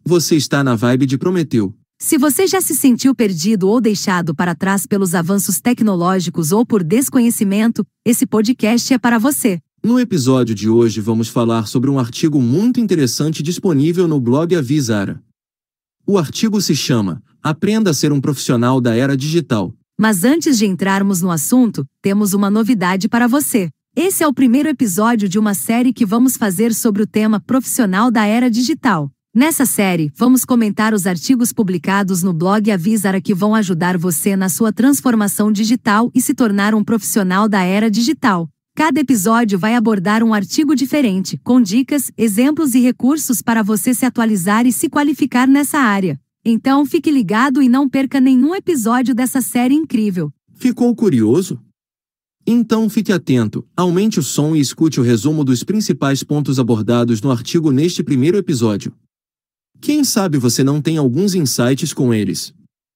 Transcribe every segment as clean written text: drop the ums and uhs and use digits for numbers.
Você está na vibe de Prometeu. Se você já se sentiu perdido ou deixado para trás pelos avanços tecnológicos ou por desconhecimento, esse podcast é para você. No episódio de hoje vamos falar sobre um artigo muito interessante disponível no blog Avisara. O artigo se chama Aprenda a ser um profissional da era digital. Mas antes de entrarmos no assunto, temos uma novidade para você. Esse é o primeiro episódio de uma série que vamos fazer sobre o tema profissional da era digital. Nessa série, vamos comentar os artigos publicados no blog Avisara que vão ajudar você na sua transformação digital e se tornar um profissional da era digital. Cada episódio vai abordar um artigo diferente, com dicas, exemplos e recursos para você se atualizar e se qualificar nessa área. Então fique ligado e não perca nenhum episódio dessa série incrível. Ficou curioso? Então fique atento, aumente o som e escute o resumo dos principais pontos abordados no artigo neste primeiro episódio. Quem sabe você não tem alguns insights com eles.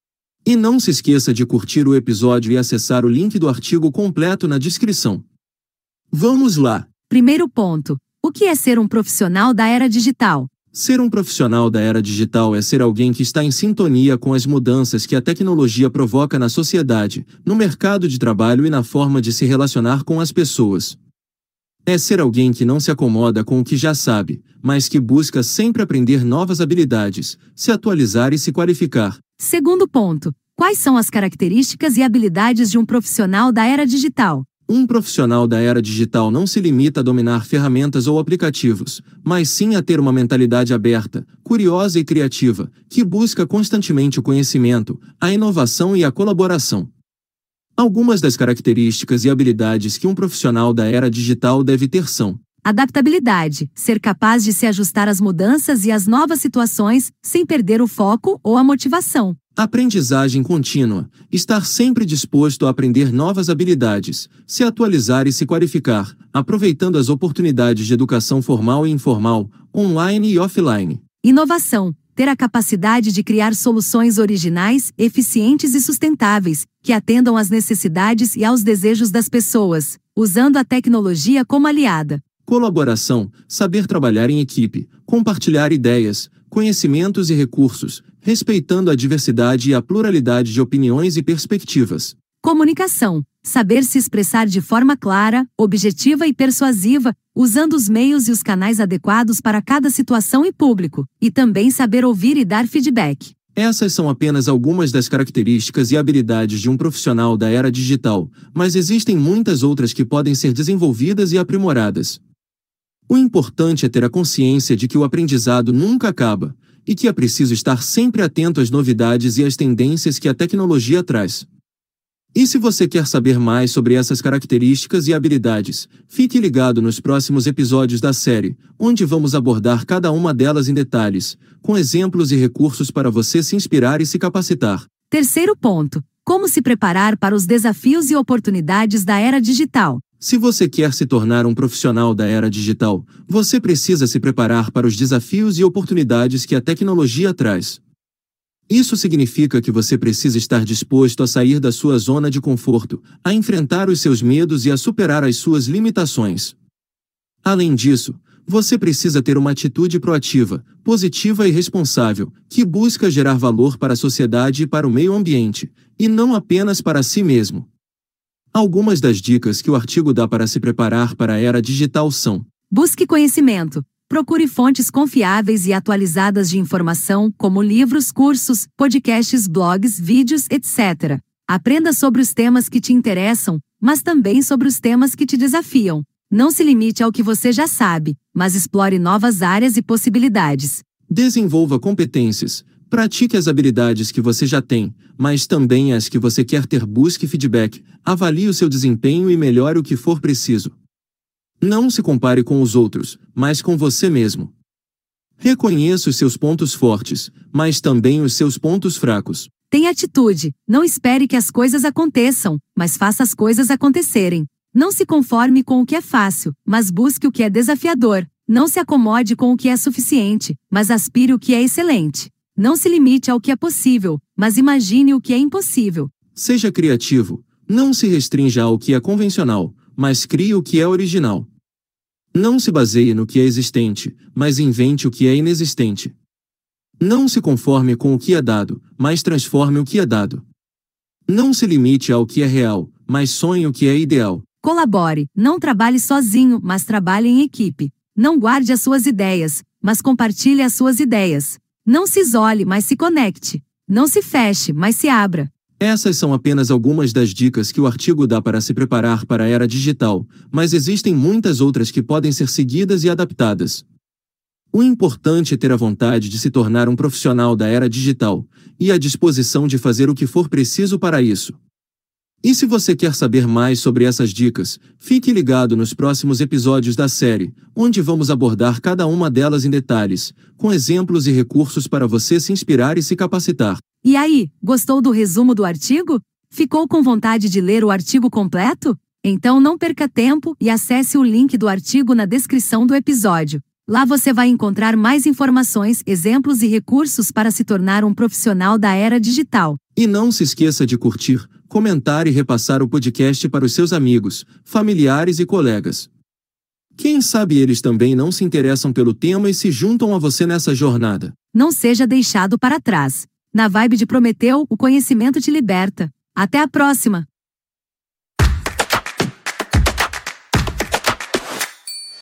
E não se esqueça de curtir o episódio e acessar o link do artigo completo na descrição. Vamos lá! Primeiro ponto. O que é ser um profissional da era digital? Ser um profissional da era digital é ser alguém que está em sintonia com as mudanças que a tecnologia provoca na sociedade, no mercado de trabalho e na forma de se relacionar com as pessoas. É ser alguém que não se acomoda com o que já sabe, mas que busca sempre aprender novas habilidades, se atualizar e se qualificar. Segundo ponto. Quais são as características e habilidades de um profissional da era digital? Um profissional da era digital não se limita a dominar ferramentas ou aplicativos, mas sim a ter uma mentalidade aberta, curiosa e criativa, que busca constantemente o conhecimento, a inovação e a colaboração. Algumas das características e habilidades que um profissional da era digital deve ter são: adaptabilidade, ser capaz de se ajustar às mudanças e às novas situações, sem perder o foco ou a motivação. Aprendizagem contínua, estar sempre disposto a aprender novas habilidades, se atualizar e se qualificar, aproveitando as oportunidades de educação formal e informal, online e offline. Inovação, ter a capacidade de criar soluções originais, eficientes e sustentáveis, que atendam às necessidades e aos desejos das pessoas, usando a tecnologia como aliada. Colaboração, saber trabalhar em equipe, compartilhar ideias, conhecimentos e recursos, respeitando a diversidade e a pluralidade de opiniões e perspectivas. Comunicação, saber se expressar de forma clara, objetiva e persuasiva, usando os meios e os canais adequados para cada situação e público, e também saber ouvir e dar feedback. Essas são apenas algumas das características e habilidades de um profissional da era digital, mas existem muitas outras que podem ser desenvolvidas e aprimoradas. O importante é ter a consciência de que o aprendizado nunca acaba, e que é preciso estar sempre atento às novidades e às tendências que a tecnologia traz. E se você quer saber mais sobre essas características e habilidades, fique ligado nos próximos episódios da série, onde vamos abordar cada uma delas em detalhes, com exemplos e recursos para você se inspirar e se capacitar. Terceiro ponto. Como se preparar para os desafios e oportunidades da era digital? Se você quer se tornar um profissional da era digital, você precisa se preparar para os desafios e oportunidades que a tecnologia traz. Isso significa que você precisa estar disposto a sair da sua zona de conforto, a enfrentar os seus medos e a superar as suas limitações. Além disso, você precisa ter uma atitude proativa, positiva e responsável, que busca gerar valor para a sociedade e para o meio ambiente, e não apenas para si mesmo. Algumas das dicas que o artigo dá para se preparar para a era digital são: busque conhecimento. Procure fontes confiáveis e atualizadas de informação, como livros, cursos, podcasts, blogs, vídeos, etc. Aprenda sobre os temas que te interessam, mas também sobre os temas que te desafiam. Não se limite ao que você já sabe, mas explore novas áreas e possibilidades. Desenvolva competências. Pratique as habilidades que você já tem, mas também as que você quer ter. Busque feedback, avalie o seu desempenho e melhore o que for preciso. Não se compare com os outros, mas com você mesmo. Reconheça os seus pontos fortes, mas também os seus pontos fracos. Tenha atitude, não espere que as coisas aconteçam, mas faça as coisas acontecerem. Não se conforme com o que é fácil, mas busque o que é desafiador. Não se acomode com o que é suficiente, mas aspire o que é excelente. Não se limite ao que é possível, mas imagine o que é impossível. Seja criativo, não se restrinja ao que é convencional, mas crie o que é original. Não se baseie no que é existente, mas invente o que é inexistente. Não se conforme com o que é dado, mas transforme o que é dado. Não se limite ao que é real, mas sonhe o que é ideal. Colabore, não trabalhe sozinho, mas trabalhe em equipe. Não guarde as suas ideias, mas compartilhe as suas ideias. Não se isole, mas se conecte. Não se feche, mas se abra. Essas são apenas algumas das dicas que o artigo dá para se preparar para a era digital, mas existem muitas outras que podem ser seguidas e adaptadas. O importante é ter a vontade de se tornar um profissional da era digital, e a disposição de fazer o que for preciso para isso. E se você quer saber mais sobre essas dicas, fique ligado nos próximos episódios da série, onde vamos abordar cada uma delas em detalhes, com exemplos e recursos para você se inspirar e se capacitar. E aí, gostou do resumo do artigo? Ficou com vontade de ler o artigo completo? Então não perca tempo e acesse o link do artigo na descrição do episódio. Lá você vai encontrar mais informações, exemplos e recursos para se tornar um profissional da era digital. E não se esqueça de curtir, comentar e repassar o podcast para os seus amigos, familiares e colegas. Quem sabe eles também não se interessam pelo tema e se juntam a você nessa jornada. Não seja deixado para trás. Na vibe de Prometeu, o conhecimento te liberta. Até a próxima!